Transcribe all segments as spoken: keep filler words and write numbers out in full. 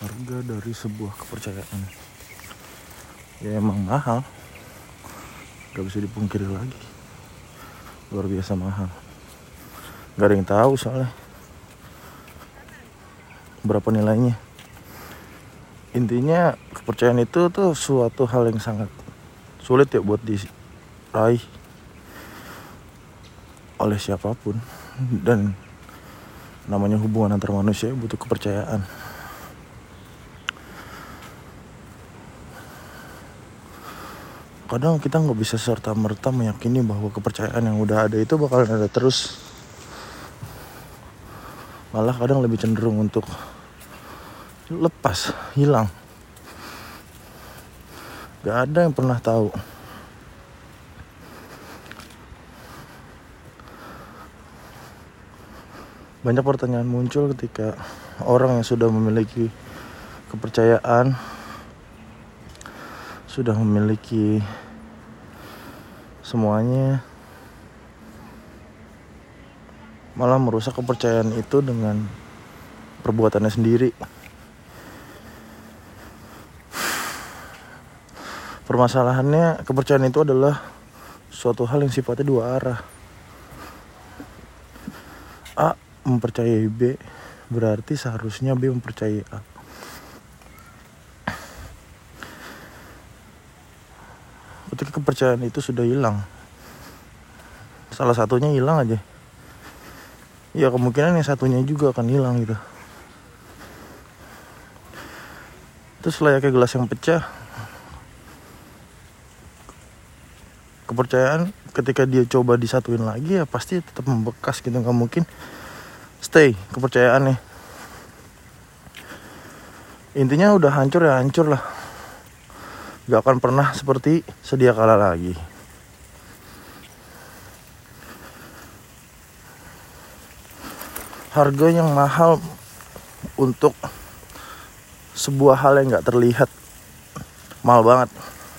Harga dari sebuah kepercayaan ya emang mahal, gak bisa dipungkiri lagi, luar biasa mahal. Gak ada yang tahu soalnya berapa nilainya. Intinya kepercayaan itu tuh suatu hal yang sangat sulit ya buat diraih oleh siapapun, dan namanya hubungan antar manusia butuh kepercayaan. Kadang kita nggak bisa serta-merta meyakini bahwa kepercayaan yang udah ada itu bakalan ada terus. Malah kadang lebih cenderung untuk lepas, hilang. Gak ada yang pernah tahu. Banyak pertanyaan muncul ketika orang yang sudah memiliki kepercayaan, sudah memiliki semuanya, malah merusak kepercayaan itu dengan perbuatannya sendiri. Permasalahannya, kepercayaan itu adalah suatu hal yang sifatnya dua arah. A mempercayai B, berarti seharusnya B mempercayai A. Ketika kepercayaan itu sudah hilang, salah satunya hilang aja, ya kemungkinan yang satunya juga akan hilang gitu. Terus layaknya gelas yang pecah, kepercayaan ketika dia coba disatuin lagi ya pasti tetap membekas gitu, nggak mungkin stay kepercayaannya. Intinya udah hancur ya hancur lah, nggak akan pernah seperti sedia kala lagi. Harga yang mahal untuk sebuah hal yang nggak terlihat mahal banget.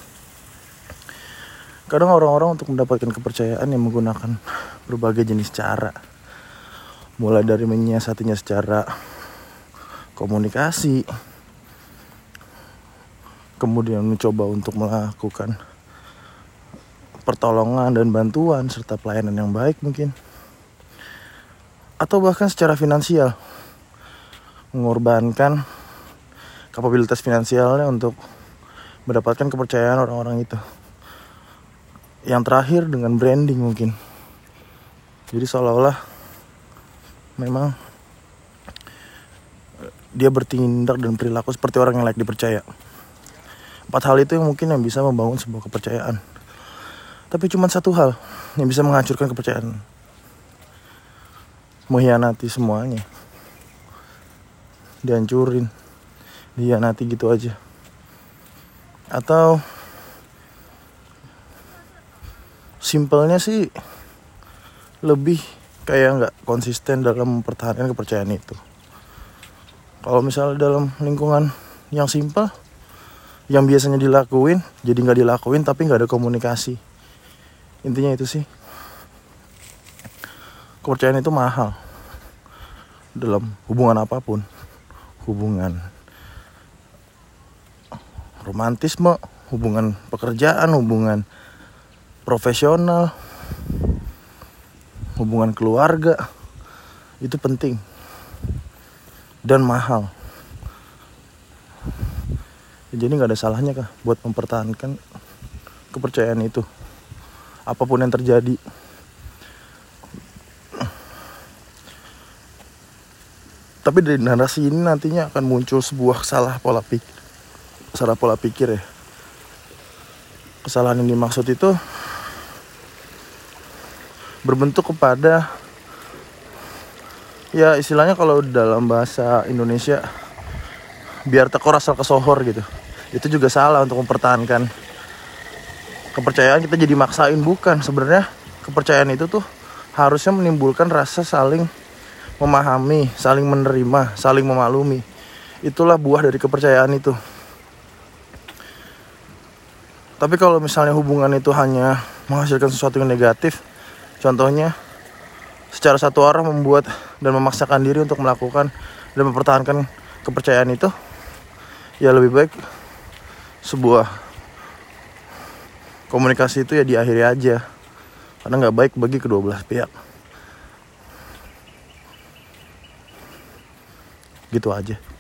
Kadang orang-orang untuk mendapatkan kepercayaan yang menggunakan berbagai jenis cara, mulai dari menyiasatinya secara komunikasi, kemudian mencoba untuk melakukan pertolongan dan bantuan serta pelayanan yang baik mungkin, atau bahkan secara finansial, mengorbankan kapabilitas finansialnya untuk mendapatkan kepercayaan orang-orang itu. Yang terakhir dengan branding mungkin. Jadi seolah-olah memang dia bertindak dan perilaku seperti orang yang layak dipercaya. Empat hal itu yang mungkin yang bisa membangun sebuah kepercayaan. Tapi cuma satu hal yang bisa menghancurkan kepercayaan: mengkhianati semuanya, dihancurin, dihianati gitu aja. Atau simpelnya sih lebih kayak gak konsisten dalam mempertahankan kepercayaan itu. Kalau misalnya dalam lingkungan yang simpel, yang biasanya dilakuin jadi gak dilakuin, tapi gak ada komunikasi. Intinya itu sih, kepercayaan itu mahal dalam hubungan apapun. Hubungan romantisme, hubungan pekerjaan, hubungan profesional, hubungan keluarga, itu penting dan mahal. Jadi gak ada salahnya kah buat mempertahankan kepercayaan itu, apapun yang terjadi. Tapi dari narasi ini nantinya akan muncul sebuah salah pola pikir, salah pola pikir ya. Kesalahan yang dimaksud itu berbentuk kepada, ya istilahnya kalau dalam bahasa Indonesia, biar tekor asal kesohor gitu. Itu juga salah untuk mempertahankan kepercayaan. Kita jadi maksain, bukan. Sebenarnya kepercayaan itu tuh harusnya menimbulkan rasa saling memahami, saling menerima, saling memaklumi. Itulah buah dari kepercayaan itu. Tapi kalau misalnya hubungan itu hanya menghasilkan sesuatu yang negatif, contohnya secara satu arah membuat dan memaksakan diri untuk melakukan dan mempertahankan kepercayaan itu, ya lebih baik sebuah komunikasi itu ya diakhiri aja, karena nggak baik bagi kedua belah pihak. Gitu aja.